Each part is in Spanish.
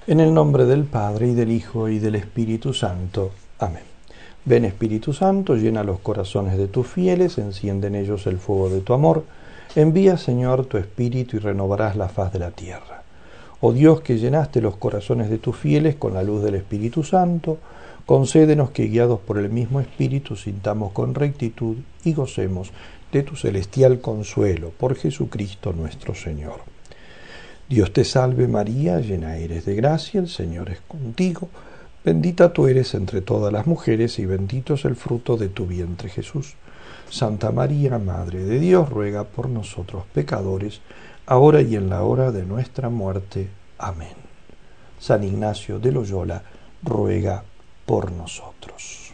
En el nombre del Padre, y del Hijo, y del Espíritu Santo. Amén. Ven Espíritu Santo, llena los corazones de tus fieles, enciende en ellos el fuego de tu amor. Envía, Señor, tu Espíritu y renovarás la faz de la tierra. Oh Dios, que llenaste los corazones de tus fieles con la luz del Espíritu Santo, concédenos que, guiados por el mismo Espíritu, sintamos con rectitud y gocemos de tu celestial consuelo. Por Jesucristo nuestro Señor. Dios te salve María, llena eres de gracia, el Señor es contigo. Bendita tú eres entre todas las mujeres y bendito es el fruto de tu vientre Jesús. Santa María, Madre de Dios, ruega por nosotros pecadores, ahora y en la hora de nuestra muerte. Amén. San Ignacio de Loyola, ruega por nosotros.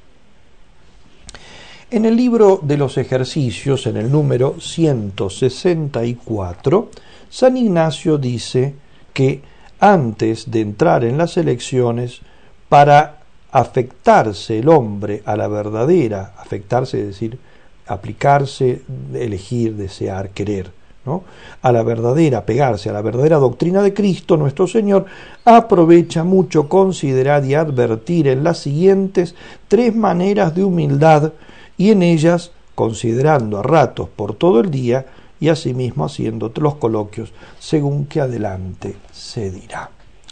En el libro de los ejercicios, en el número 164, San Ignacio dice que antes de entrar en las elecciones, para afectarse el hombre a la verdadera, afectarse es decir, aplicarse, elegir, desear, querer, ¿no?, a la verdadera, pegarse a la verdadera doctrina de Cristo nuestro Señor, aprovecha mucho considerar y advertir en las siguientes 3 maneras de humildad, y en ellas, considerando a ratos por todo el día, y asimismo haciendo los coloquios según que adelante se dirá.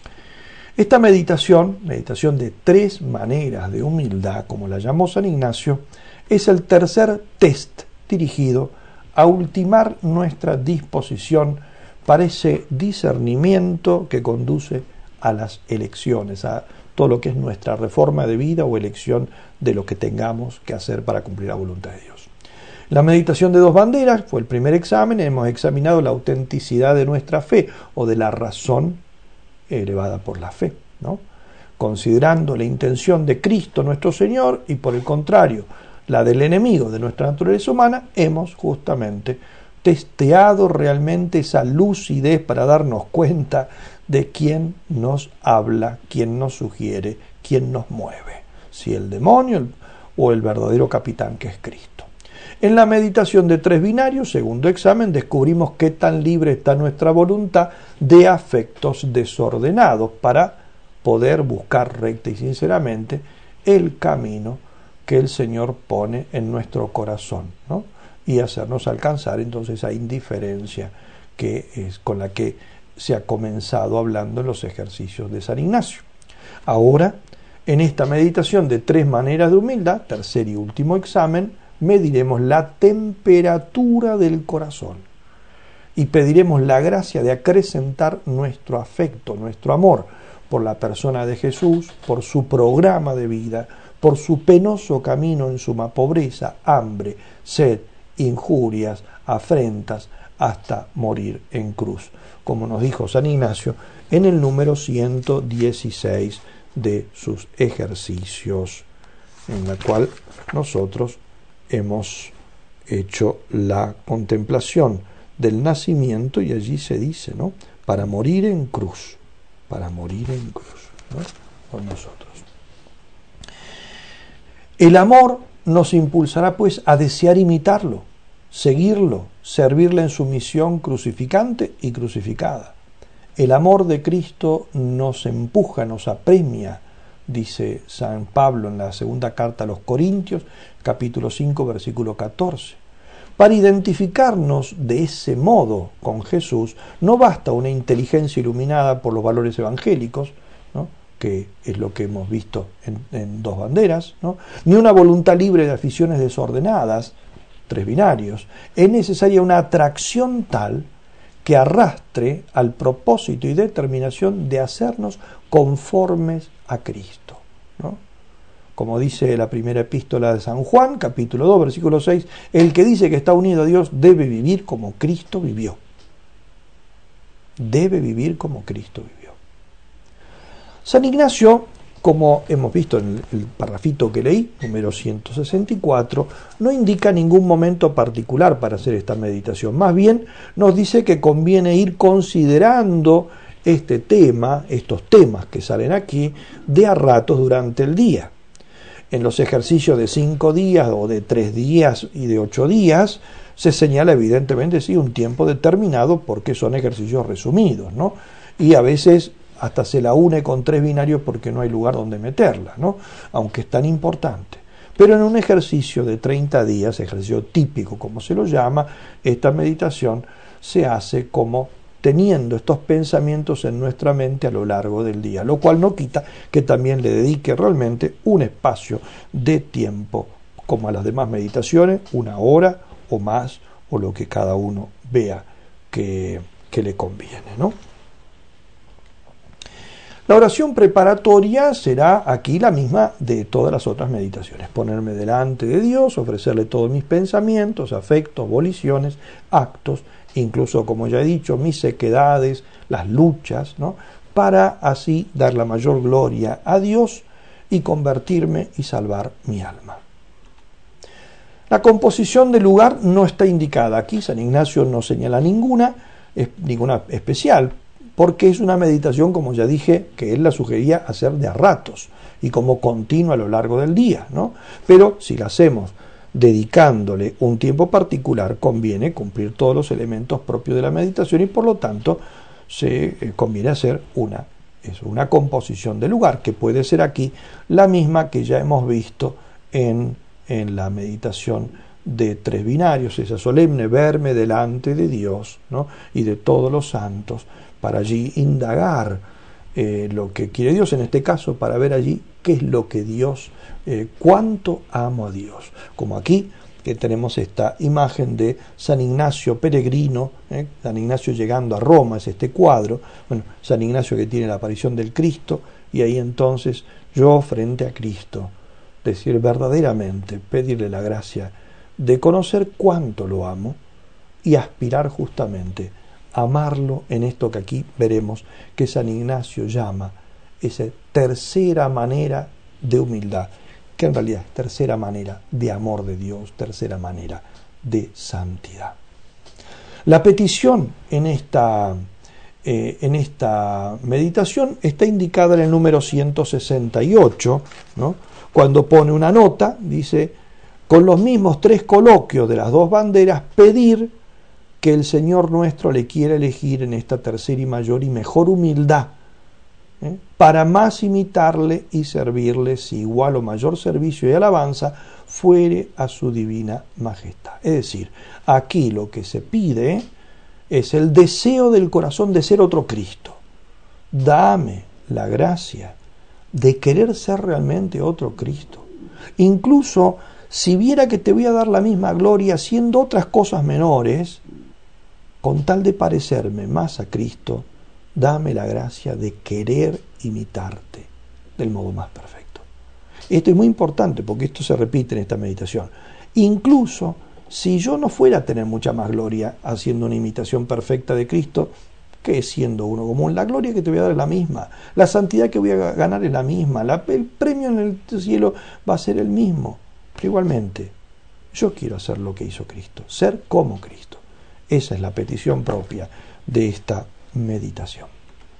Esta meditación de 3 maneras de humildad, como la llamó San Ignacio, es el tercer test dirigido a ultimar nuestra disposición para ese discernimiento que conduce a las elecciones, a todo lo que es nuestra reforma de vida o elección de lo que tengamos que hacer para cumplir la voluntad de Dios. La meditación de 2 banderas fue el primer examen. Hemos examinado la autenticidad de nuestra fe o de la razón elevada por la fe, ¿no?, considerando la intención de Cristo nuestro Señor y por el contrario la del enemigo de nuestra naturaleza humana. Hemos justamente testeado realmente esa lucidez para darnos cuenta de quién nos habla, quién nos sugiere, quién nos mueve, si el demonio o el verdadero capitán que es Cristo. En la meditación de 3 binarios, segundo examen, descubrimos qué tan libre está nuestra voluntad de afectos desordenados para poder buscar recta y sinceramente el camino que el Señor pone en nuestro corazón, ¿no?, y hacernos alcanzar entonces esa indiferencia que es con la que se ha comenzado hablando en los ejercicios de San Ignacio. Ahora, en esta meditación de 3 maneras de humildad, tercer y último examen, mediremos la temperatura del corazón y pediremos la gracia de acrecentar nuestro afecto, nuestro amor por la persona de Jesús, por su programa de vida, por su penoso camino en suma pobreza, hambre, sed, injurias, afrentas, hasta morir en cruz, como nos dijo San Ignacio en el número 116 de sus ejercicios, en la cual nosotros hemos hecho la contemplación del nacimiento, y allí se dice, ¿no?, para morir en cruz, ¿no?, por nosotros. El amor nos impulsará pues a desear imitarlo, seguirlo, servirle en su misión crucificante y crucificada. El amor de Cristo nos empuja, nos apremia, dice San Pablo en la segunda carta a los Corintios, capítulo 5, versículo 14. Para identificarnos de ese modo con Jesús, no basta una inteligencia iluminada por los valores evangélicos, ¿no?, que es lo que hemos visto en 2 banderas, ¿no?, ni una voluntad libre de aficiones desordenadas, 3 binarios. Es necesaria una atracción tal que arrastre al propósito y determinación de hacernos conformes a Cristo, ¿no? Como dice la primera epístola de San Juan, capítulo 2, versículo 6, el que dice que está unido a Dios debe vivir como Cristo vivió. Debe vivir como Cristo vivió. San Ignacio, como hemos visto en el parrafito que leí, número 164, no indica ningún momento particular para hacer esta meditación. Más bien nos dice que conviene ir considerando este tema, estos temas que salen aquí, de a ratos durante el día. En los ejercicios de 5 días o de 3 días y de 8 días se señala evidentemente sí un tiempo determinado porque son ejercicios resumidos, ¿no? Y a veces hasta se la une con 3 binarios porque no hay lugar donde meterla, ¿no? Aunque es tan importante. Pero en un ejercicio de 30 días, ejercicio típico como se lo llama, esta meditación se hace como teniendo estos pensamientos en nuestra mente a lo largo del día, lo cual no quita que también le dedique realmente un espacio de tiempo, como a las demás meditaciones, 1 hora o más, o lo que cada uno vea que le conviene, ¿no? La oración preparatoria será aquí la misma de todas las otras meditaciones. Ponerme delante de Dios, ofrecerle todos mis pensamientos, afectos, voliciones, actos, incluso, como ya he dicho, mis sequedades, las luchas, ¿no? Para así dar la mayor gloria a Dios y convertirme y salvar mi alma. La composición del lugar no está indicada aquí. San Ignacio no señala ninguna especial, porque es una meditación, como ya dije, que él la sugería hacer de a ratos y como continua a lo largo del día, ¿no? Pero si la hacemos dedicándole un tiempo particular, conviene cumplir todos los elementos propios de la meditación y por lo tanto se conviene hacer una composición del lugar, que puede ser aquí la misma que ya hemos visto en la meditación de 3 binarios, esa solemne verme delante de Dios, ¿no? Y de todos los santos, para allí indagar lo que quiere Dios, en este caso para ver allí qué es lo que Dios, cuánto amo a Dios. Como aquí que tenemos esta imagen de San Ignacio peregrino, San Ignacio llegando a Roma, es este cuadro, bueno, San Ignacio que tiene la aparición del Cristo, y ahí entonces yo frente a Cristo, decir verdaderamente, pedirle la gracia de conocer cuánto lo amo y aspirar justamente a amarlo en esto que aquí veremos que San Ignacio llama esa tercera manera de humildad, que en realidad es tercera manera de amor de Dios, tercera manera de santidad. La petición en esta meditación está indicada en el número 168, ¿no? Cuando pone una nota, dice, con los mismos 3 coloquios de las 2 banderas, pedir que el Señor nuestro le quiera elegir en esta tercera y mayor y mejor humildad, para más imitarle y servirle si igual o mayor servicio y alabanza fuere a su divina majestad. Es decir, aquí lo que se pide es el deseo del corazón de ser otro Cristo. Dame la gracia de querer ser realmente otro Cristo. Incluso si viera que te voy a dar la misma gloria haciendo otras cosas menores, con tal de parecerme más a Cristo, dame la gracia de querer imitarte del modo más perfecto. Esto es muy importante porque esto se repite en esta meditación. Incluso si yo no fuera a tener mucha más gloria haciendo una imitación perfecta de Cristo, que siendo uno común, la gloria que te voy a dar es la misma, la santidad que voy a ganar es la misma, el premio en el cielo va a ser el mismo. Pero igualmente, yo quiero hacer lo que hizo Cristo, ser como Cristo. Esa es la petición propia de esta meditación.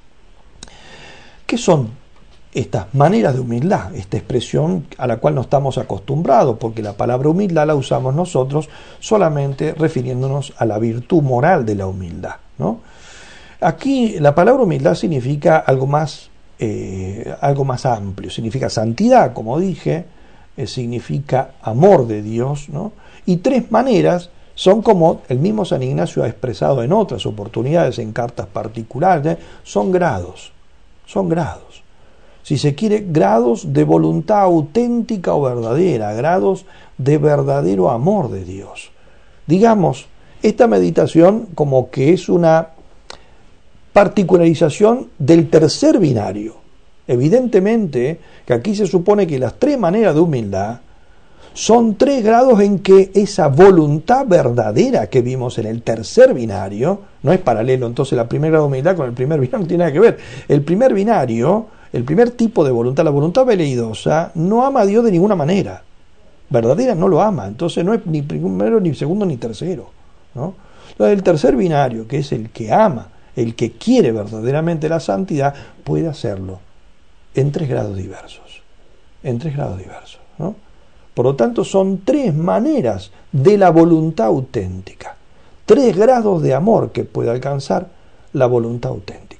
¿Qué son estas maneras de humildad? Esta expresión a la cual no estamos acostumbrados, porque la palabra humildad la usamos nosotros solamente refiriéndonos a la virtud moral de la humildad, ¿no? Aquí la palabra humildad significa algo más amplio, significa santidad, como dije, significa amor de Dios, ¿no? Y 3 maneras son como el mismo San Ignacio ha expresado en otras oportunidades, en cartas particulares, son grados. Si se quiere, grados de voluntad auténtica o verdadera, grados de verdadero amor de Dios. Digamos, esta meditación como que es una particularización del tercer binario. Evidentemente que aquí se supone que las 3 maneras de humildad son 3 grados en que esa voluntad verdadera que vimos en el tercer binario, no es paralelo, entonces la primera grado de humildad con el primer binario no tiene nada que ver. El primer binario, el primer tipo de voluntad, la voluntad veleidosa, no ama a Dios de ninguna manera. Verdadera no lo ama, entonces no es ni primero, ni segundo, ni tercero, ¿no? Entonces el tercer binario, que es el que ama, el que quiere verdaderamente la santidad, puede hacerlo en 3 grados diversos. ¿No? Por lo tanto, son 3 maneras de la voluntad auténtica. 3 grados de amor que puede alcanzar la voluntad auténtica.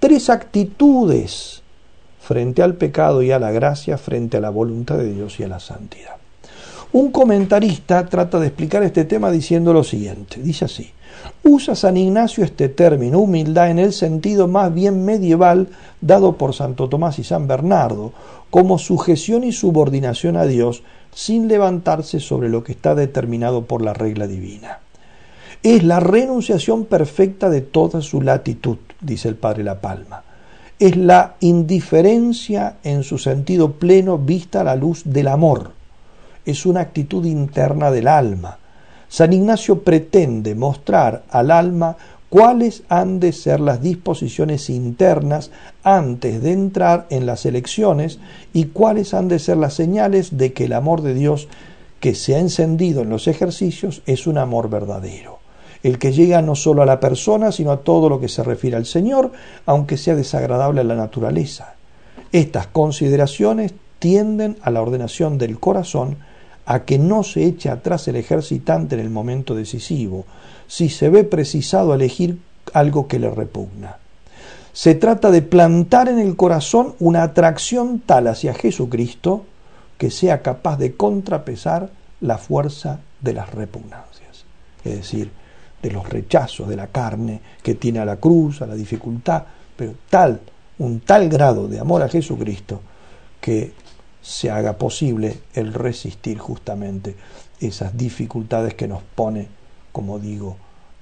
tres actitudes frente al pecado y a la gracia, frente a la voluntad de Dios y a la santidad. Un comentarista trata de explicar este tema diciendo lo siguiente, dice así: usa San Ignacio este término, humildad, en el sentido más bien medieval dado por Santo Tomás y San Bernardo, como sujeción y subordinación a Dios, sin levantarse sobre lo que está determinado por la regla divina. Es la renunciación perfecta de toda su latitud, dice el padre La Palma. Es la indiferencia en su sentido pleno vista a la luz del amor. Es una actitud interna del alma. San Ignacio pretende mostrar al alma cuáles han de ser las disposiciones internas antes de entrar en las elecciones y cuáles han de ser las señales de que el amor de Dios que se ha encendido en los ejercicios es un amor verdadero, el que llega no solo a la persona sino a todo lo que se refiere al Señor, aunque sea desagradable a la naturaleza. Estas consideraciones tienden a la ordenación del corazón, a que no se eche atrás el ejercitante en el momento decisivo, si se ve precisado a elegir algo que le repugna. Se trata de plantar en el corazón una atracción tal hacia Jesucristo que sea capaz de contrapesar la fuerza de las repugnancias, es decir, de los rechazos de la carne que tiene a la cruz, a la dificultad, pero un tal grado de amor a Jesucristo que se haga posible el resistir justamente esas dificultades que nos pone, como digo,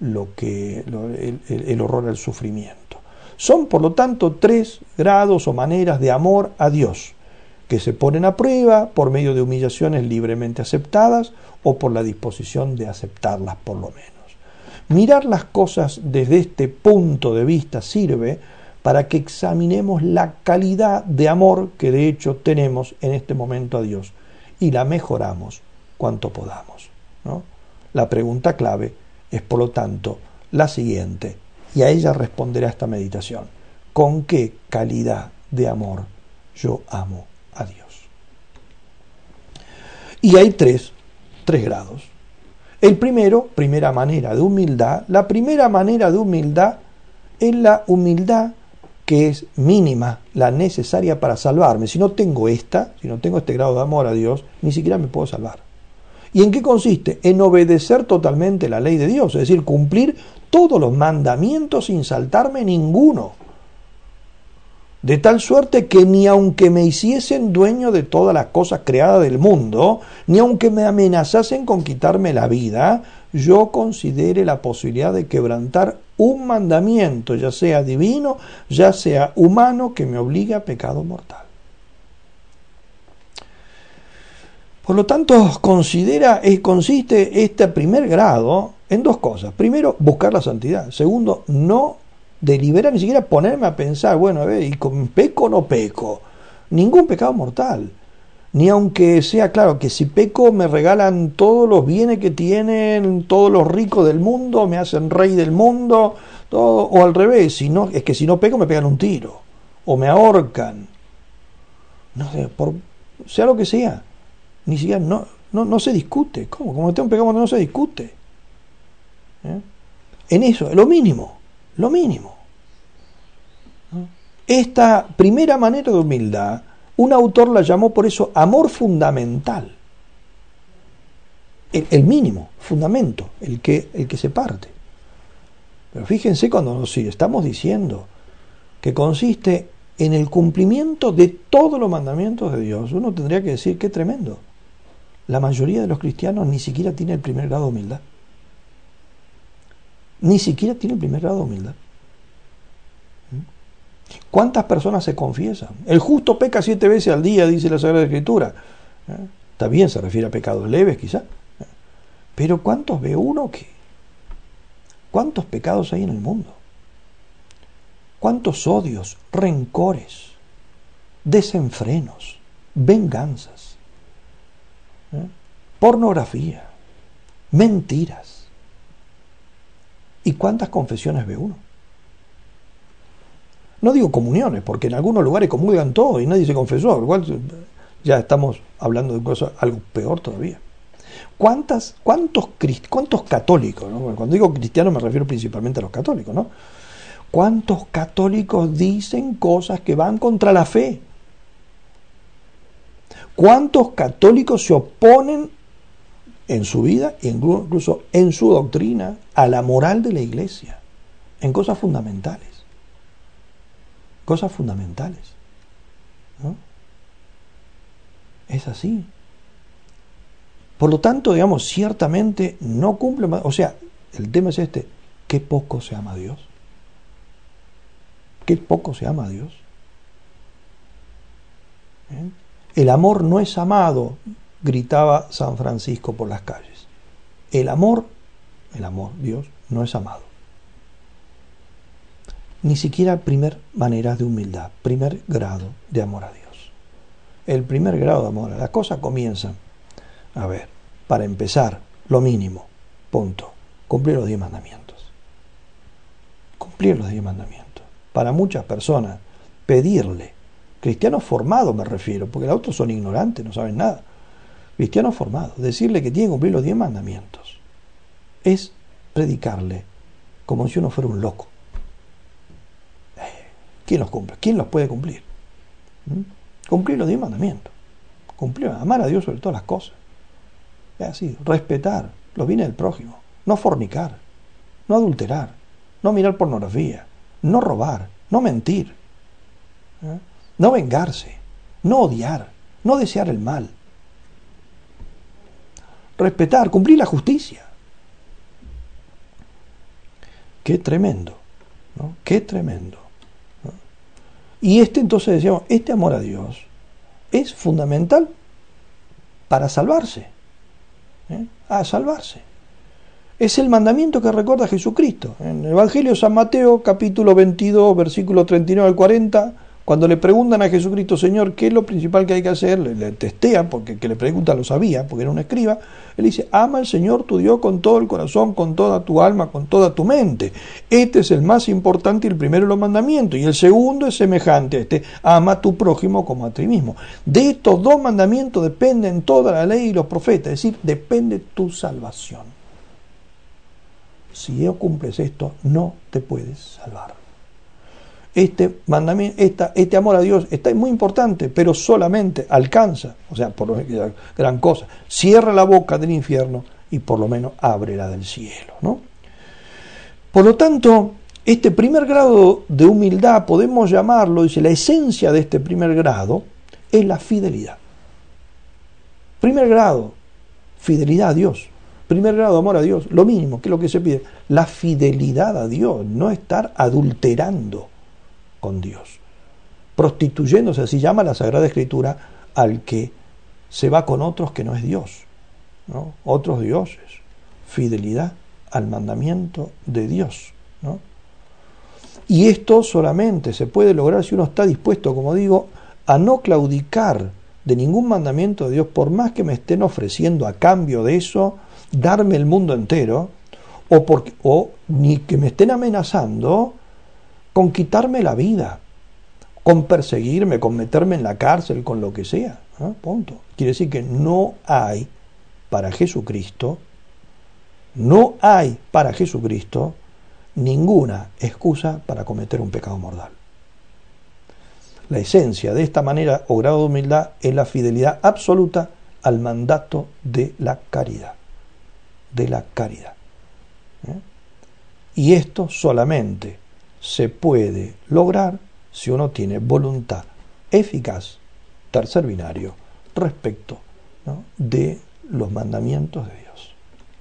el horror al sufrimiento. Son, por lo tanto, tres grados o maneras de amor a Dios, que se ponen a prueba por medio de humillaciones libremente aceptadas o por la disposición de aceptarlas por lo menos. Mirar las cosas desde este punto de vista sirve para que examinemos la calidad de amor que de hecho tenemos en este momento a Dios y la mejoramos cuanto podamos, ¿no? La pregunta clave es, por lo tanto, la siguiente, y a ella responderá esta meditación: ¿con qué calidad de amor yo amo a Dios? Y hay tres grados. El primero, primera manera de humildad, la primera manera de humildad es la humildad que es mínima, la necesaria para salvarme. Si no tengo este grado de amor a Dios, ni siquiera me puedo salvar. ¿Y en qué consiste? En obedecer totalmente la ley de Dios, es decir, cumplir todos los mandamientos sin saltarme ninguno. De tal suerte que ni aunque me hiciesen dueño de todas las cosas creadas del mundo, ni aunque me amenazasen con quitarme la vida, yo considere la posibilidad de quebrantar un mandamiento, ya sea divino, ya sea humano, que me obligue a pecado mortal. Por lo tanto, consiste este primer grado en dos cosas. Primero, buscar la santidad. Segundo, no deliberar, ni siquiera ponerme a pensar, bueno, a ver, ¿y con peco o no peco? Ningún pecado mortal. Ni aunque sea claro que si peco me regalan todos los bienes que tienen todos los ricos del mundo, me hacen rey del mundo, todo, o al revés, si no peco me pegan un tiro, o me ahorcan. No sé, sea lo que sea, ni siquiera no se discute. ¿Cómo? Como tengo un pecado mortal no se discute. En eso, lo mínimo. Esta primera manera de humildad, un autor la llamó por eso amor fundamental. El mínimo, fundamento, el que se parte. Pero fíjense cuando estamos diciendo que consiste en el cumplimiento de todos los mandamientos de Dios, uno tendría que decir, qué tremendo. La mayoría de los cristianos ni siquiera tiene el primer grado de humildad. Ni siquiera tiene el primer grado de humildad. ¿Cuántas personas se confiesan? El justo peca 7 veces al día, dice la Sagrada Escritura. Está bien, se refiere a pecados leves quizá. Pero ¿cuántos ve uno que? ¿Cuántos pecados hay en el mundo? ¿Cuántos odios, rencores, desenfrenos, venganzas, pornografía, mentiras? ¿Y cuántas confesiones ve uno? No digo comuniones, porque en algunos lugares comulgan todo y nadie se confesó, igual ya estamos hablando de cosas algo peor todavía. ¿Cuántos católicos, ¿no? Cuando digo cristianos me refiero principalmente a los católicos, ¿no? ¿Cuántos católicos dicen cosas que van contra la fe? ¿Cuántos católicos se oponen en su vida, incluso en su doctrina, a la moral de la Iglesia, en cosas fundamentales? Cosas fundamentales, ¿no? Es así. Por lo tanto, digamos, ciertamente no cumple, o sea, el tema es este: qué poco se ama a Dios. Qué poco se ama a Dios. El amor no es amado, gritaba San Francisco por las calles. El amor, Dios, no es amado. Ni siquiera primer manera de humildad, primer grado de amor a Dios. El primer grado de amor a la cosa comienza, a ver, para empezar, lo mínimo, punto, cumplir los 10 mandamientos. Cumplir los 10 mandamientos. Para muchas personas, pedirle, cristianos formados me refiero, porque los otros son ignorantes, no saben nada. Cristianos formados, decirle que tiene que cumplir los 10 mandamientos es predicarle como si uno fuera un loco. ¿Quién los cumple? ¿Quién los puede cumplir? Cumplir los 10 mandamientos. Cumplir, amar a Dios sobre todas las cosas. Es así, respetar los bienes del prójimo, no fornicar, no adulterar, no mirar pornografía, no robar, no mentir, no vengarse, no odiar, no desear el mal. Respetar, cumplir la justicia. Qué tremendo, ¿no? Qué tremendo, ¿no? Y entonces decíamos, este amor a Dios es fundamental para salvarse, a salvarse. Es el mandamiento que recuerda Jesucristo. En el Evangelio de San Mateo, capítulo 22, versículo 39 al 40, cuando le preguntan a Jesucristo, Señor, ¿qué es lo principal que hay que hacer? Le testean, porque el que le pregunta lo sabía, porque era un escriba. Él dice, ama al Señor tu Dios con todo el corazón, con toda tu alma, con toda tu mente. Este es el más importante y el primero de los mandamientos. Y el segundo es semejante a este, ama a tu prójimo como a ti mismo. De estos 2 mandamientos dependen toda la ley y los profetas, es decir, depende tu salvación. Si no cumples esto, no te puedes salvar. Este mandamiento, este amor a Dios está muy importante, pero solamente alcanza, o sea, por lo gran cosa, cierra la boca del infierno y por lo menos abre la del cielo, ¿no? Por lo tanto, este primer grado de humildad, podemos llamarlo, dice, la esencia de este primer grado es la fidelidad. Primer grado, fidelidad a Dios. Primer grado, amor a Dios. Lo mínimo, que es lo que se pide, la fidelidad a Dios, no estar adulterando con Dios, prostituyéndose, así llama la Sagrada Escritura al que se va con otros que no es Dios, ¿no? Otros dioses. Fidelidad al mandamiento de Dios, ¿no? Y esto solamente se puede lograr si uno está dispuesto, como digo, a no claudicar de ningún mandamiento de Dios, por más que me estén ofreciendo a cambio de eso darme el mundo entero, o ni que me estén amenazando con quitarme la vida, con perseguirme, con meterme en la cárcel, con lo que sea, ¿no? Punto. Quiere decir que no hay para Jesucristo ninguna excusa para cometer un pecado mortal. La esencia de esta manera o grado de humildad es la fidelidad absoluta al mandato de la caridad. Y esto solamente se puede lograr si uno tiene voluntad eficaz, tercer binario, respecto, ¿no?, de los mandamientos de Dios.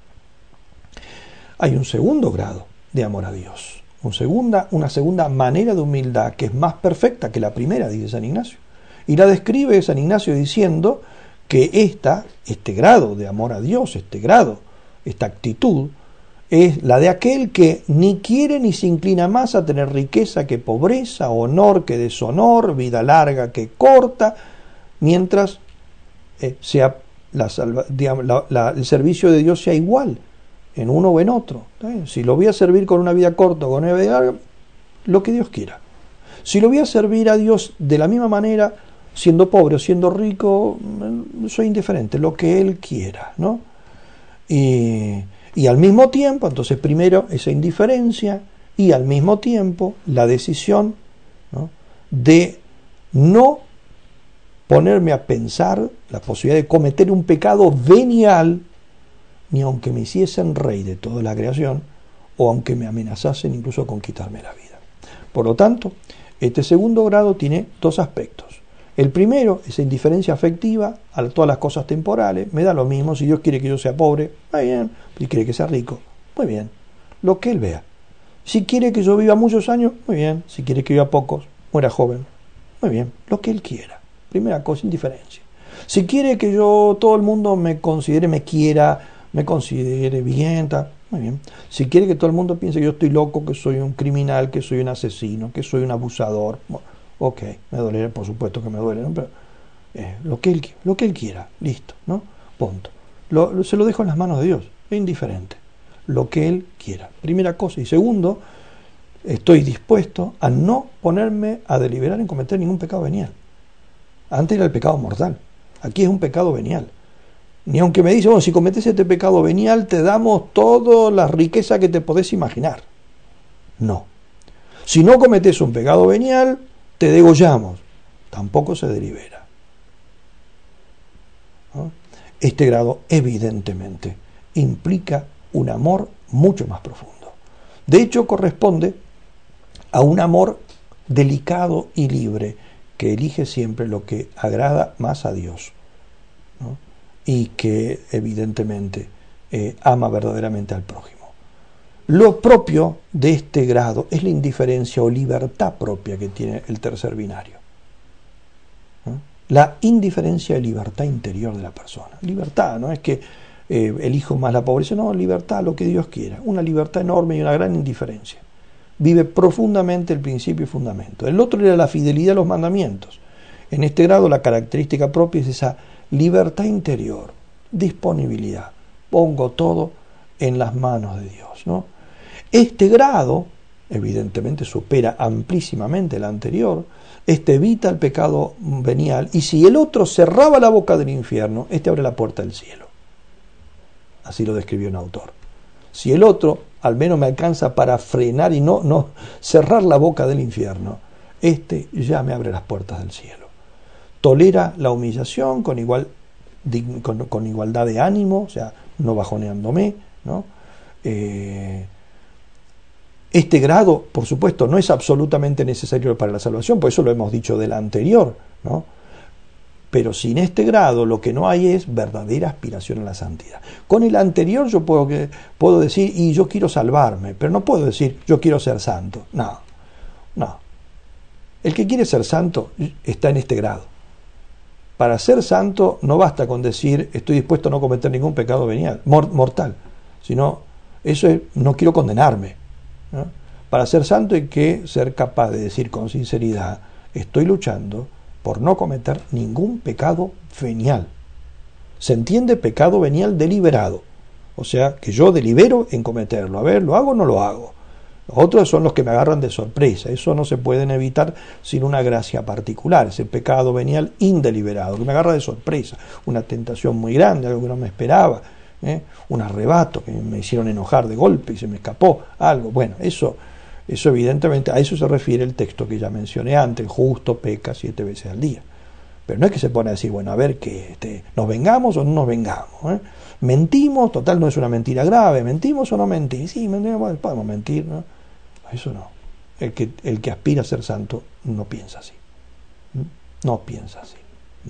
Hay un segundo grado de amor a Dios, una segunda manera de humildad que es más perfecta que la primera, dice San Ignacio. Y la describe San Ignacio diciendo que este grado de amor a Dios, esta actitud, es la de aquel que ni quiere ni se inclina más a tener riqueza que pobreza, honor que deshonor, vida larga que corta, mientras sea el servicio de Dios sea igual en uno o en otro. Si lo voy a servir con una vida corta o con una vida larga, lo que Dios quiera. Si lo voy a servir a Dios de la misma manera, siendo pobre o siendo rico, soy indiferente, lo que Él quiera, ¿no? Y al mismo tiempo, entonces primero esa indiferencia y al mismo tiempo la decisión, ¿no?, de no ponerme a pensar la posibilidad de cometer un pecado venial, ni aunque me hiciesen rey de toda la creación, o aunque me amenazasen incluso con quitarme la vida. Por lo tanto, este segundo grado tiene dos aspectos. El primero, esa indiferencia afectiva a todas las cosas temporales. Me da lo mismo, si Dios quiere que yo sea pobre, muy bien. Si quiere que sea rico, muy bien. Lo que Él vea. Si quiere que yo viva muchos años, muy bien. Si quiere que viva pocos, muera joven, muy bien. Lo que Él quiera. Primera cosa, indiferencia. Si quiere que todo el mundo me considere, me quiera, me considere bien, muy bien. Si quiere que todo el mundo piense que yo estoy loco, que soy un criminal, que soy un asesino, que soy un abusador, ok, me dolerá, por supuesto que me duele, ¿no? Pero lo que él quiera, listo, ¿no? Punto. Se lo dejo en las manos de Dios, es indiferente. Lo que Él quiera. Primera cosa. Y segundo, estoy dispuesto a no ponerme a deliberar en cometer ningún pecado venial. Antes era el pecado mortal. Aquí es un pecado venial. Ni aunque me dice, bueno, si cometes este pecado venial, te damos toda la riqueza que te podés imaginar. No. Si no cometes un pecado venial, te degollamos. Tampoco se delibera. ¿No? Este grado, evidentemente, implica un amor mucho más profundo. De hecho, corresponde a un amor delicado y libre, que elige siempre lo que agrada más a Dios, ¿no? Y que evidentemente ama verdaderamente al prójimo. Lo propio de este grado es la indiferencia o libertad propia que tiene el tercer binario, ¿no? La indiferencia y libertad interior de la persona. Libertad, no es que elijo más la pobreza, no, libertad, lo que Dios quiera. Una libertad enorme y una gran indiferencia. Vive profundamente el principio y fundamento. El otro era la fidelidad a los mandamientos. En este grado la característica propia es esa libertad interior, disponibilidad. Pongo todo en las manos de Dios, ¿no? Este grado, evidentemente, supera amplísimamente el anterior. Este evita el pecado venial. Y si el otro cerraba la boca del infierno, este abre la puerta del cielo. Así lo describió un autor. Si el otro al menos me alcanza para frenar y no cerrar la boca del infierno, este ya me abre las puertas del cielo. Tolera la humillación con igualdad de ánimo, o sea, no bajoneándome, ¿no? Este grado, por supuesto, no es absolutamente necesario para la salvación, por eso lo hemos dicho del anterior, ¿no? Pero sin este grado lo que no hay es verdadera aspiración a la santidad. Con el anterior yo puedo decir, y yo quiero salvarme, pero no puedo decir, yo quiero ser santo. No. El que quiere ser santo está en este grado. Para ser santo no basta con decir, estoy dispuesto a no cometer ningún pecado venial, mortal, sino, eso es, no quiero condenarme, ¿no? Para ser santo hay que ser capaz de decir con sinceridad, estoy luchando por no cometer ningún pecado venial. Se entiende pecado venial deliberado, o sea, que yo delibero en cometerlo. A ver, ¿lo hago o no lo hago? Los otros son los que me agarran de sorpresa. Eso no se pueden evitar sin una gracia particular. Ese pecado venial indeliberado, que me agarra de sorpresa. Una tentación muy grande, algo que no me esperaba, un arrebato, que me hicieron enojar de golpe y se me escapó algo. Bueno, eso evidentemente, a eso se refiere el texto que ya mencioné antes, el justo peca 7 veces al día. Pero no es que se pone a decir, bueno, a ver, ¿nos vengamos o no nos vengamos? ¿Mentimos? Total, no es una mentira grave. ¿Mentimos o no mentimos? Sí, podemos mentir, ¿no? Eso no. El que aspira a ser santo no piensa así. No piensa así.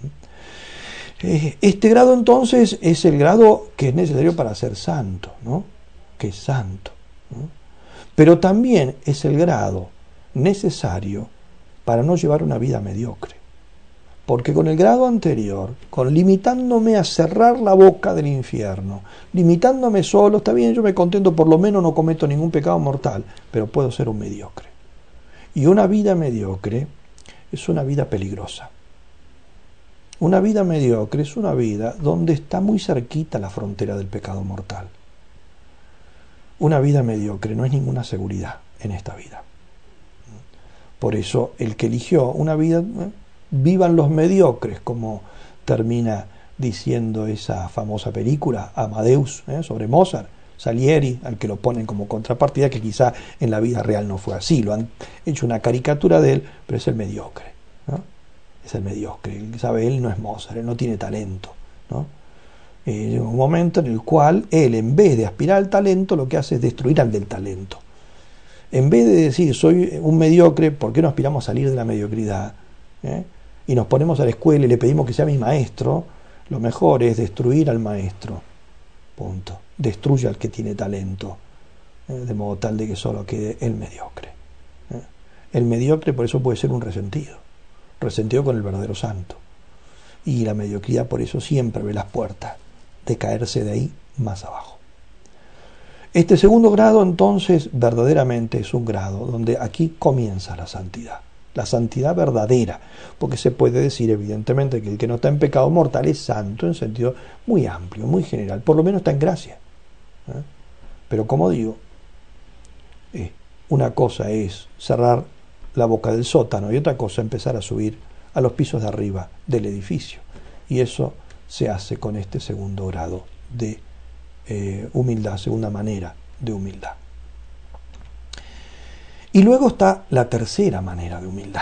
Este grado entonces es el grado que es necesario para ser santo, ¿no? Que es santo, ¿no? Pero también es el grado necesario para no llevar una vida mediocre. Porque con el grado anterior, con limitándome a cerrar la boca del infierno, limitándome solo, está bien, yo me contento, por lo menos no cometo ningún pecado mortal, pero puedo ser un mediocre. Y una vida mediocre es una vida peligrosa. Una vida mediocre es una vida donde está muy cerquita la frontera del pecado mortal. Una vida mediocre no es ninguna seguridad en esta vida. Por eso el que eligió una vida, vivan los mediocres, como termina diciendo esa famosa película Amadeus, sobre Mozart, Salieri, al que lo ponen como contrapartida, que quizá en la vida real no fue así, lo han hecho una caricatura de él, pero es el mediocre, ¿no? Es el mediocre, sabe, él no es Mozart, él no tiene talento, ¿no? Llega un momento en el cual él, en vez de aspirar al talento, lo que hace es destruir al del talento. En vez de decir, soy un mediocre, ¿por qué no aspiramos a salir de la mediocridad? Y nos ponemos a la escuela y le pedimos que sea mi maestro. Lo mejor es destruir al maestro. Punto. Destruye al que tiene talento, de modo tal de que solo quede el mediocre. El mediocre por eso puede ser un resentido con el verdadero santo. Y la mediocridad por eso siempre ve las puertas de caerse de ahí más abajo. Este segundo grado entonces verdaderamente es un grado donde aquí comienza la santidad verdadera, porque se puede decir evidentemente que el que no está en pecado mortal es santo en sentido muy amplio, muy general, por lo menos está en gracia. Pero como digo, una cosa es cerrar la boca del sótano y otra cosa empezar a subir a los pisos de arriba del edificio, y eso se hace con este segundo grado de humildad, segunda manera de humildad. Y luego está la tercera manera de humildad.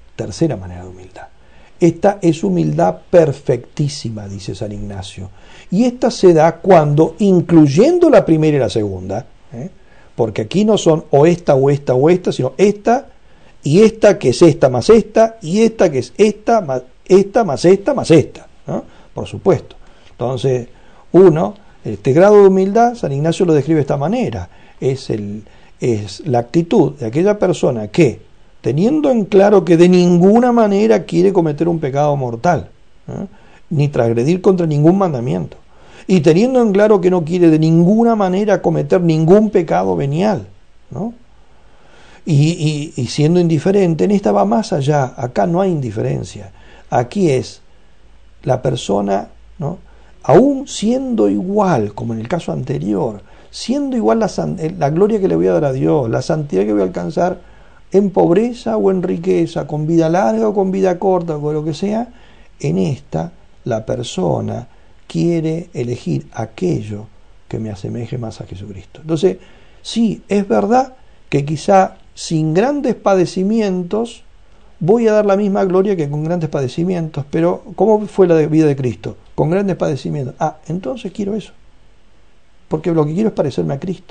Esta es humildad perfectísima, dice San Ignacio. Y esta se da cuando, incluyendo la primera y la segunda, porque aquí no son o esta, sino esta y esta que es esta más esta, y esta que es esta más esta, ¿no? Por supuesto. Entonces, este grado de humildad, San Ignacio lo describe de esta manera, es la actitud de aquella persona que, teniendo en claro que de ninguna manera quiere cometer un pecado mortal, ni transgredir contra ningún mandamiento, y teniendo en claro que no quiere de ninguna manera cometer ningún pecado venial, ¿no? Y siendo indiferente, en esta va más allá, acá no hay indiferencia, aquí es la persona, ¿no?, aún siendo igual, como en el caso anterior, siendo igual la gloria que le voy a dar a Dios, la santidad que voy a alcanzar en pobreza o en riqueza, con vida larga o con vida corta, o con lo que sea, en esta la persona quiere elegir aquello que me asemeje más a Jesucristo. Entonces, sí, es verdad que quizá sin grandes padecimientos voy a dar la misma gloria que con grandes padecimientos, pero ¿cómo fue la vida de Cristo? Con grandes padecimientos. Entonces quiero eso, porque lo que quiero es parecerme a Cristo.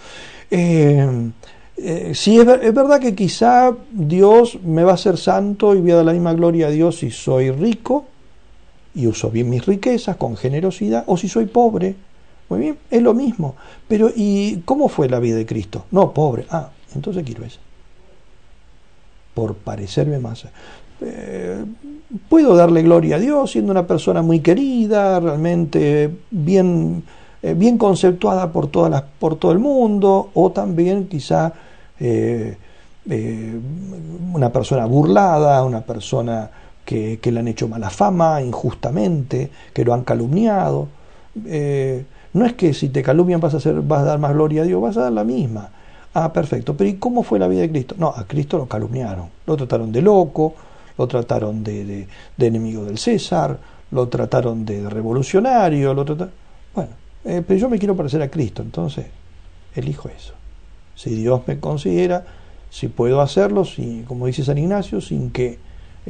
Sí, es verdad que quizá Dios me va a hacer santo y voy a dar la misma gloria a Dios si soy rico y uso bien mis riquezas con generosidad, o si soy pobre. Muy bien, es lo mismo. Pero ¿y cómo fue la vida de Cristo? No, pobre. Entonces quiero eso, por parecerme más. Puedo darle gloria a Dios siendo una persona muy querida, realmente bien conceptuada por todo el mundo, o también quizá una persona burlada, una persona que le han hecho mala fama injustamente, que lo han calumniado. No es que si te calumnian vas a dar más gloria a Dios, vas a dar la misma. Perfecto, pero ¿y cómo fue la vida de Cristo? No, a Cristo lo calumniaron, lo trataron de loco, lo trataron de enemigo del César, lo trataron de revolucionario, bueno, pero yo me quiero parecer a Cristo, entonces elijo eso. Si Dios me considera, si puedo hacerlo, como dice San Ignacio, sin que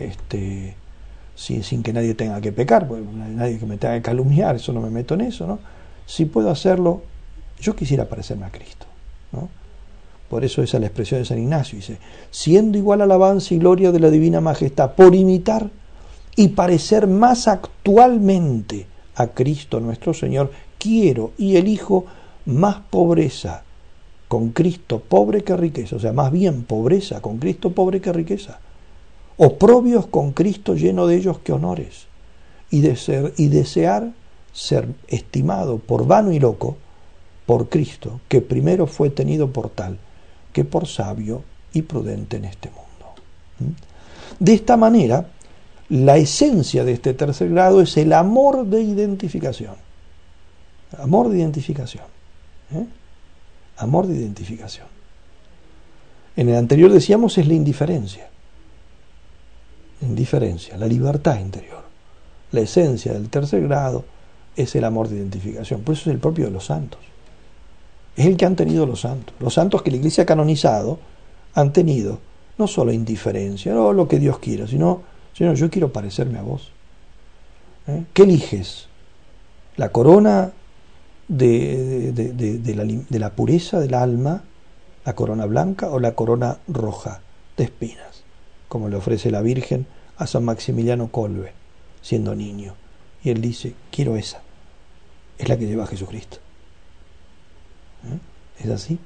nadie tenga que pecar, porque nadie que me tenga que calumniar, eso no me meto en eso, ¿no? Si puedo hacerlo, yo quisiera parecerme a Cristo, ¿no? Por eso esa es la expresión de San Ignacio, dice, siendo igual alabanza y gloria de la divina majestad, por imitar y parecer más actualmente a Cristo nuestro Señor, quiero y elijo más pobreza con Cristo pobre que riqueza, o sea, más bien pobreza con Cristo pobre que riqueza, oprobios con Cristo lleno de ellos que honores, y desear ser estimado por vano y loco por Cristo, que primero fue tenido por tal, que por sabio y prudente en este mundo. De esta manera, la esencia de este tercer grado es el amor de identificación. Amor de identificación. Amor de identificación. En el anterior decíamos es la indiferencia. Indiferencia, la libertad interior. La esencia del tercer grado es el amor de identificación. Por eso es el propio de los santos. es el que han tenido los santos. Los santos que la Iglesia ha canonizado han tenido no solo indiferencia, no lo que Dios quiera, sino, Señor, yo quiero parecerme a vos. ¿Qué eliges? ¿La corona de la pureza del alma, la corona blanca, o la corona roja de espinas, como le ofrece la Virgen a San Maximiliano Kolbe, siendo niño? Y él dice, quiero esa, es la que lleva a Jesucristo. ¿Es así?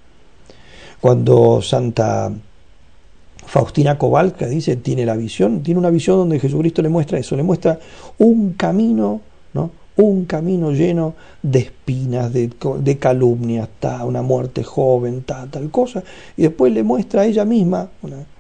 Cuando Santa Faustina Kowalska dice, tiene una visión donde Jesucristo le muestra eso, le muestra un camino, ¿no? Un camino lleno de espinas, de calumnias, una muerte joven, tal cosa, y después le muestra a ella misma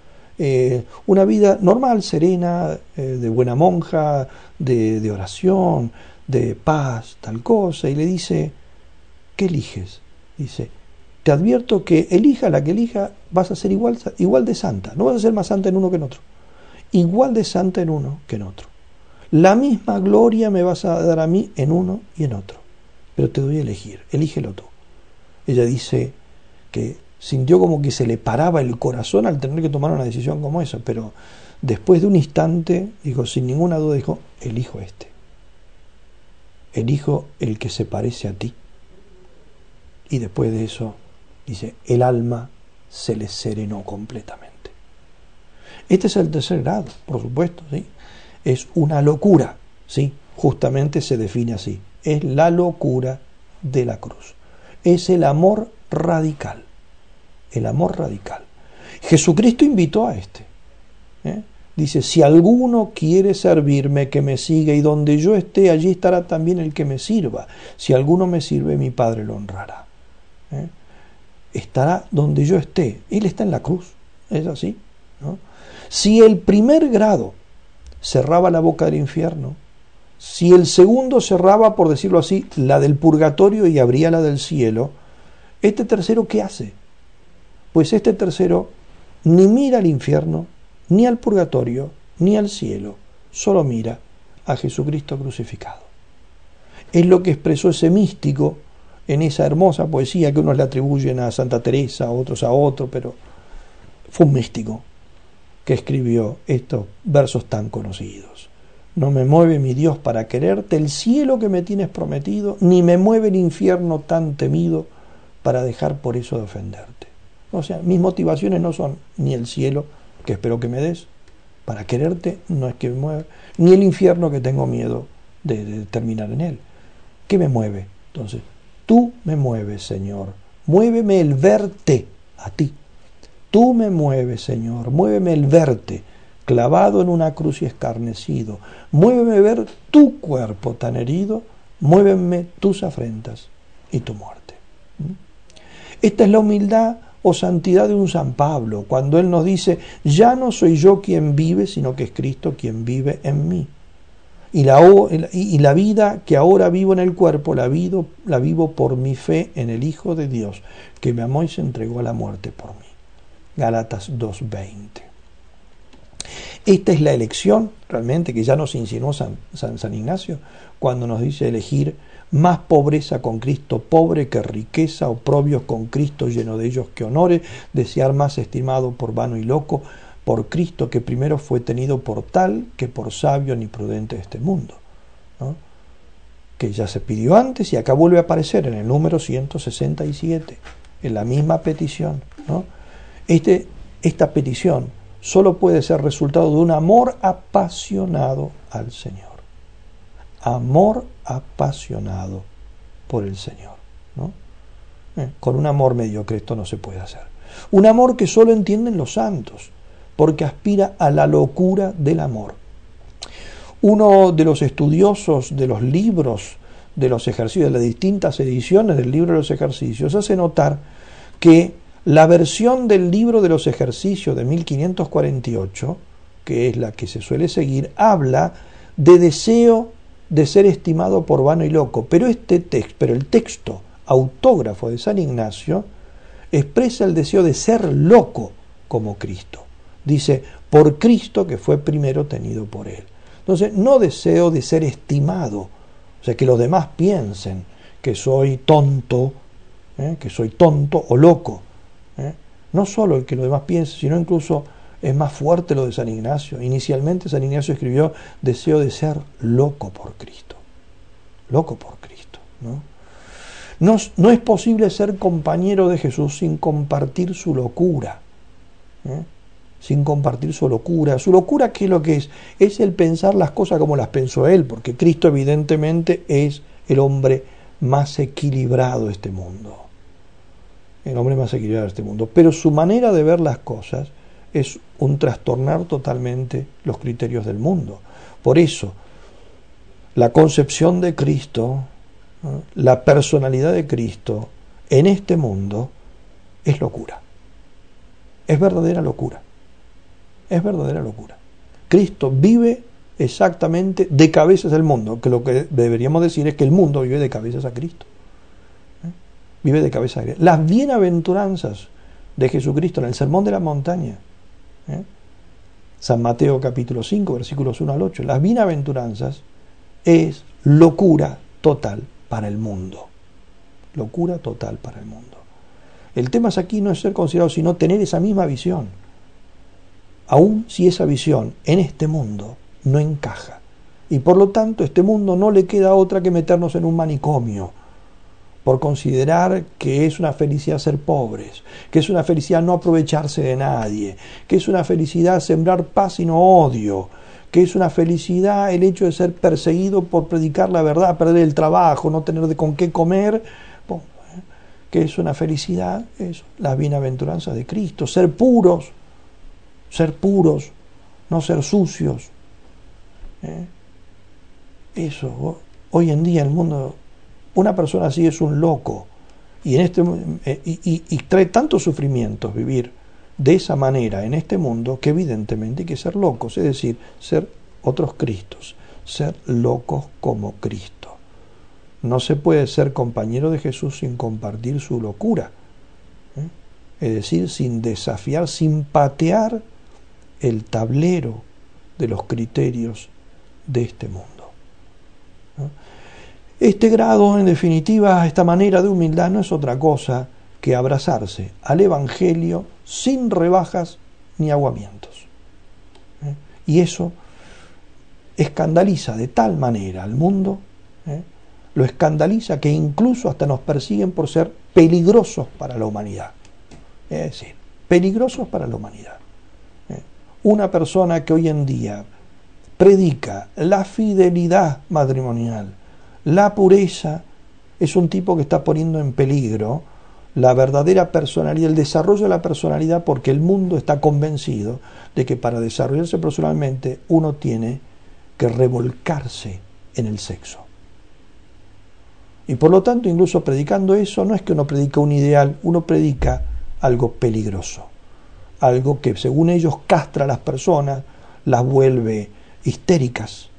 una vida normal, serena, de buena monja, de oración, de paz, tal cosa, y le dice, ¿qué eliges? Dice, te advierto que elija la que elija, vas a ser igual de santa, no vas a ser más santa en uno que en otro, igual de santa en uno que en otro. La misma gloria me vas a dar a mí en uno y en otro, pero te doy a elegir, elígelo tú. Ella dice que sintió como que se le paraba el corazón al tener que tomar una decisión como esa, pero después de un instante, dijo, sin ninguna duda, dijo, elijo este, elijo el que se parece a ti. Y después de eso, dice, el alma se le serenó completamente. Este es el tercer grado, por supuesto, ¿sí? Es una locura, ¿sí? Justamente se define así. Es la locura de la cruz. Es el amor radical. El amor radical. Jesucristo invitó a este. Dice, si alguno quiere servirme, que me siga, y donde yo esté, allí estará también el que me sirva. Si alguno me sirve, mi Padre lo honrará. Estará donde yo esté. Él está en la cruz. Es así, ¿no? Si el primer grado cerraba la boca del infierno, si el segundo cerraba, por decirlo así, la del purgatorio y abría la del cielo, este tercero, ¿qué hace? Pues este tercero ni mira al infierno, ni al purgatorio, ni al cielo, solo mira a Jesucristo crucificado. Es lo que expresó ese místico en esa hermosa poesía que unos le atribuyen a Santa Teresa, a otro, pero fue un místico que escribió estos versos tan conocidos. No me mueve mi Dios para quererte el cielo que me tienes prometido, ni me mueve el infierno tan temido para dejar por eso de ofenderte. O sea, mis motivaciones no son ni el cielo, que espero que me des, para quererte no es que me mueva, ni el infierno, que tengo miedo de terminar en él. ¿Qué me mueve? Entonces, tú me mueves, Señor. Muéveme el verte a ti. Tú me mueves, Señor, muéveme el verte clavado en una cruz y escarnecido. Muéveme ver tu cuerpo tan herido, muéveme tus afrentas y tu muerte. Esta es la humildad o santidad de un San Pablo, cuando él nos dice, ya no soy yo quien vive, sino que es Cristo quien vive en mí. Y la vida que ahora vivo en el cuerpo, la vivo por mi fe en el Hijo de Dios, que me amó y se entregó a la muerte por mí. Gálatas 2:20. Esta es la elección realmente que ya nos insinuó San Ignacio cuando nos dice elegir más pobreza con Cristo pobre que riqueza, oprobios con Cristo lleno de ellos que honores, desear más estimado por vano y loco, por Cristo que primero fue tenido por tal que por sabio ni prudente de este mundo, ¿no? Que ya se pidió antes y acá vuelve a aparecer en el número 167, en la misma petición, ¿no? Esta petición solo puede ser resultado de un amor apasionado al Señor. Amor apasionado por el Señor, ¿no? Con un amor mediocre esto no se puede hacer. Un amor que solo entienden los santos, porque aspira a la locura del amor. Uno de los estudiosos de los libros de los ejercicios, de las distintas ediciones del libro de los ejercicios, hace notar que la versión del libro de los ejercicios de 1548, que es la que se suele seguir, habla de deseo de ser estimado por vano y loco, pero el texto autógrafo de San Ignacio expresa el deseo de ser loco como Cristo. Dice, por Cristo que fue primero tenido por él. Entonces, no deseo de ser estimado, o sea, que los demás piensen que soy tonto, que soy tonto o loco. No solo el que los demás piense, sino incluso es más fuerte lo de San Ignacio. Inicialmente San Ignacio escribió: deseo de ser loco por Cristo. Loco por Cristo, ¿no? No es posible ser compañero de Jesús sin compartir su locura. Sin compartir su locura. Su locura, ¿qué es lo que es? Es el pensar las cosas como las pensó Él, porque Cristo evidentemente es el hombre más equilibrado de este mundo. El hombre más equilibrado de este mundo. Pero su manera de ver las cosas es un trastornar totalmente los criterios del mundo. Por eso, la concepción de Cristo, la personalidad de Cristo en este mundo es locura. Es verdadera locura. Es verdadera locura. Cristo vive exactamente de cabezas al mundo, que lo que deberíamos decir es que el mundo vive de cabezas a Cristo. Vive de cabezas a Cristo. Las bienaventuranzas de Jesucristo en el Sermón de la Montaña, San Mateo capítulo 5, versículos 1 al 8, las bienaventuranzas es locura total para el mundo. Locura total para el mundo. El tema es aquí no es ser considerado, sino tener esa misma visión. Aun si esa visión en este mundo no encaja. Y por lo tanto, a este mundo no le queda otra que meternos en un manicomio, por considerar que es una felicidad ser pobres, que es una felicidad no aprovecharse de nadie, que es una felicidad sembrar paz y no odio, que es una felicidad el hecho de ser perseguido por predicar la verdad, perder el trabajo, no tener de con qué comer, que es una felicidad, eso, las bienaventuranzas de Cristo, ser puros, no ser sucios. Eso, hoy en día el mundo, una persona así es un loco, y y trae tantos sufrimientos vivir de esa manera en este mundo, que evidentemente hay que ser locos, es decir, ser otros Cristos, ser locos como Cristo. No se puede ser compañero de Jesús sin compartir su locura, es decir, sin desafiar, sin patear el tablero de los criterios de este mundo. Este grado, en definitiva, esta manera de humildad no es otra cosa que abrazarse al Evangelio sin rebajas ni aguamientos. Y eso escandaliza de tal manera al mundo, lo escandaliza que incluso hasta nos persiguen por ser peligrosos para la humanidad. Es decir, peligrosos para la humanidad. Una persona que hoy en día predica la fidelidad matrimonial, la pureza, es un tipo que está poniendo en peligro la verdadera personalidad, el desarrollo de la personalidad, porque el mundo está convencido de que para desarrollarse personalmente uno tiene que revolcarse en el sexo. Y por lo tanto, incluso predicando eso, no es que uno predica un ideal, uno predica algo peligroso, algo que según ellos castra a las personas, las vuelve histéricas,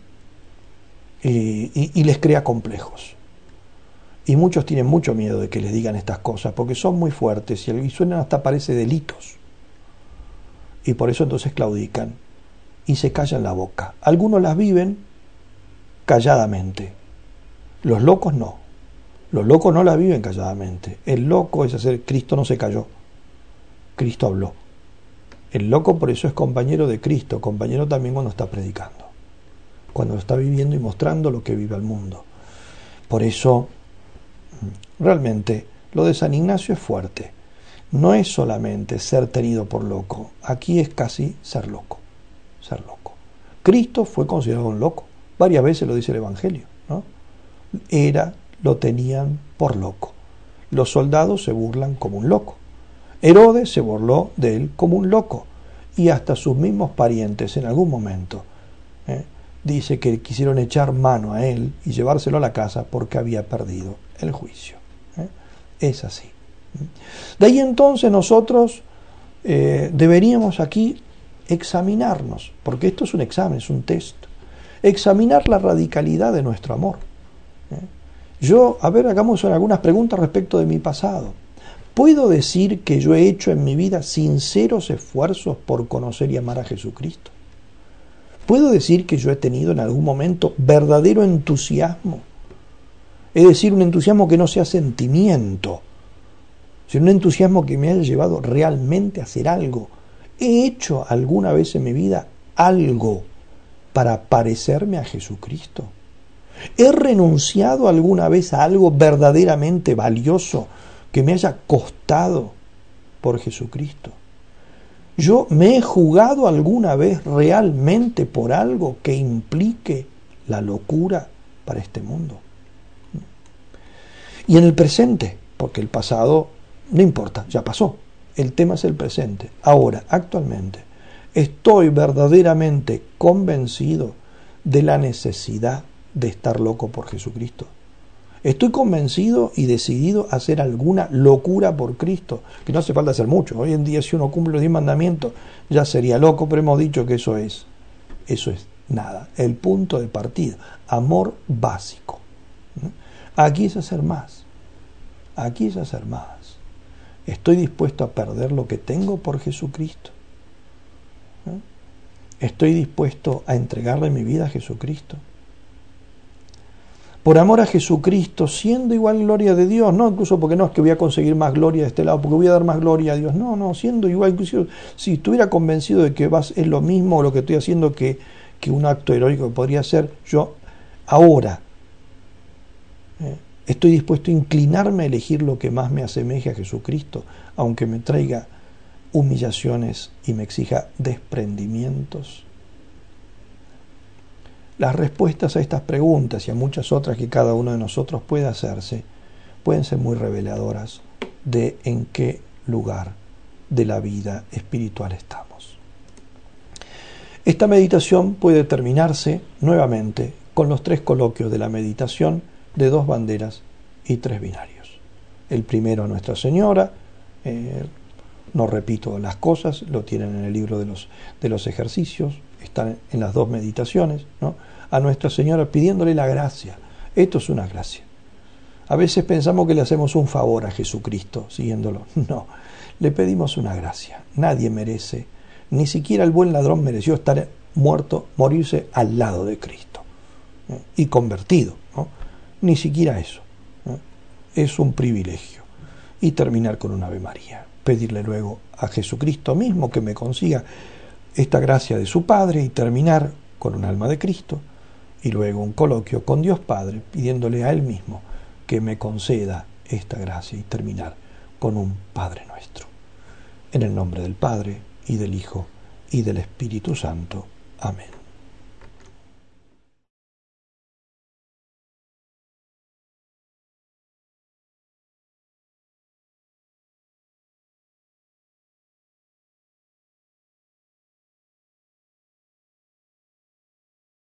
y les crea complejos. Y muchos tienen mucho miedo de que les digan estas cosas, porque son muy fuertes y suenan hasta parece delitos. Y por eso entonces claudican y se callan la boca. Algunos las viven calladamente. Los locos no. Los locos no la viven calladamente. El loco es hacer, Cristo no se calló. Cristo habló. El loco por eso es compañero de Cristo, compañero también cuando está predicando, cuando está viviendo y mostrando lo que vive al mundo. Por eso, realmente, lo de San Ignacio es fuerte. No es solamente ser tenido por loco. Aquí es casi ser loco. Ser loco. Cristo fue considerado un loco. Varias veces lo dice el Evangelio, ¿no? Lo tenían por loco. Los soldados se burlan como un loco. Herodes se burló de él como un loco. Y hasta sus mismos parientes en algún momento dice que quisieron echar mano a él y llevárselo a la casa porque había perdido el juicio. Es así. De ahí entonces nosotros deberíamos aquí examinarnos, porque esto es un examen, es un test. Examinar la radicalidad de nuestro amor. Hagamos algunas preguntas respecto de mi pasado. ¿Puedo decir que yo he hecho en mi vida sinceros esfuerzos por conocer y amar a Jesucristo? ¿Puedo decir que yo he tenido en algún momento verdadero entusiasmo? Es decir, un entusiasmo que no sea sentimiento, sino un entusiasmo que me haya llevado realmente a hacer algo. ¿He hecho alguna vez en mi vida algo para parecerme a Jesucristo? ¿He renunciado alguna vez a algo verdaderamente valioso que me haya costado por Jesucristo? ¿Yo me he jugado alguna vez realmente por algo que implique la locura para este mundo? Y en el presente, porque el pasado no importa, ya pasó. El tema es el presente. Ahora, actualmente, estoy verdaderamente convencido de la necesidad de estar loco por Jesucristo. Estoy convencido y decidido a hacer alguna locura por Cristo, que no hace falta hacer mucho. Hoy en día, si uno cumple los 10 mandamientos, ya sería loco, pero hemos dicho que eso es nada. El punto de partida, amor básico. Aquí es hacer más. Aquí es hacer más. ¿Estoy dispuesto a perder lo que tengo por Jesucristo? ¿Estoy dispuesto a entregarle mi vida a Jesucristo? Por amor a Jesucristo, siendo igual gloria de Dios, no incluso porque no es que voy a conseguir más gloria de este lado, porque voy a dar más gloria a Dios, no, siendo igual, incluso si estuviera convencido de que es lo mismo lo que estoy haciendo que un acto heroico que podría ser, yo ahora estoy dispuesto a inclinarme a elegir lo que más me asemeje a Jesucristo, aunque me traiga humillaciones y me exija desprendimientos. Las respuestas a estas preguntas y a muchas otras que cada uno de nosotros puede hacerse pueden ser muy reveladoras de en qué lugar de la vida espiritual estamos. Esta meditación puede terminarse nuevamente con los 3 coloquios de la meditación de 2 banderas y 3 binarios. El primero a Nuestra Señora, no repito las cosas, lo tienen en el libro de los ejercicios, están en las 2 meditaciones, ¿no? A Nuestra Señora pidiéndole la gracia. Esto es una gracia. A veces pensamos que le hacemos un favor a Jesucristo siguiéndolo. No, le pedimos una gracia. Nadie merece, ni siquiera el buen ladrón mereció estar muerto, morirse al lado de Cristo y convertido, ¿no? Ni siquiera eso, ¿no? Es un privilegio. Y terminar con un Ave María. Pedirle luego a Jesucristo mismo que me consiga esta gracia de su Padre y terminar con un alma de Cristo y luego un coloquio con Dios Padre pidiéndole a Él mismo que me conceda esta gracia y terminar con un Padre Nuestro. En el nombre del Padre y del Hijo y del Espíritu Santo. Amén.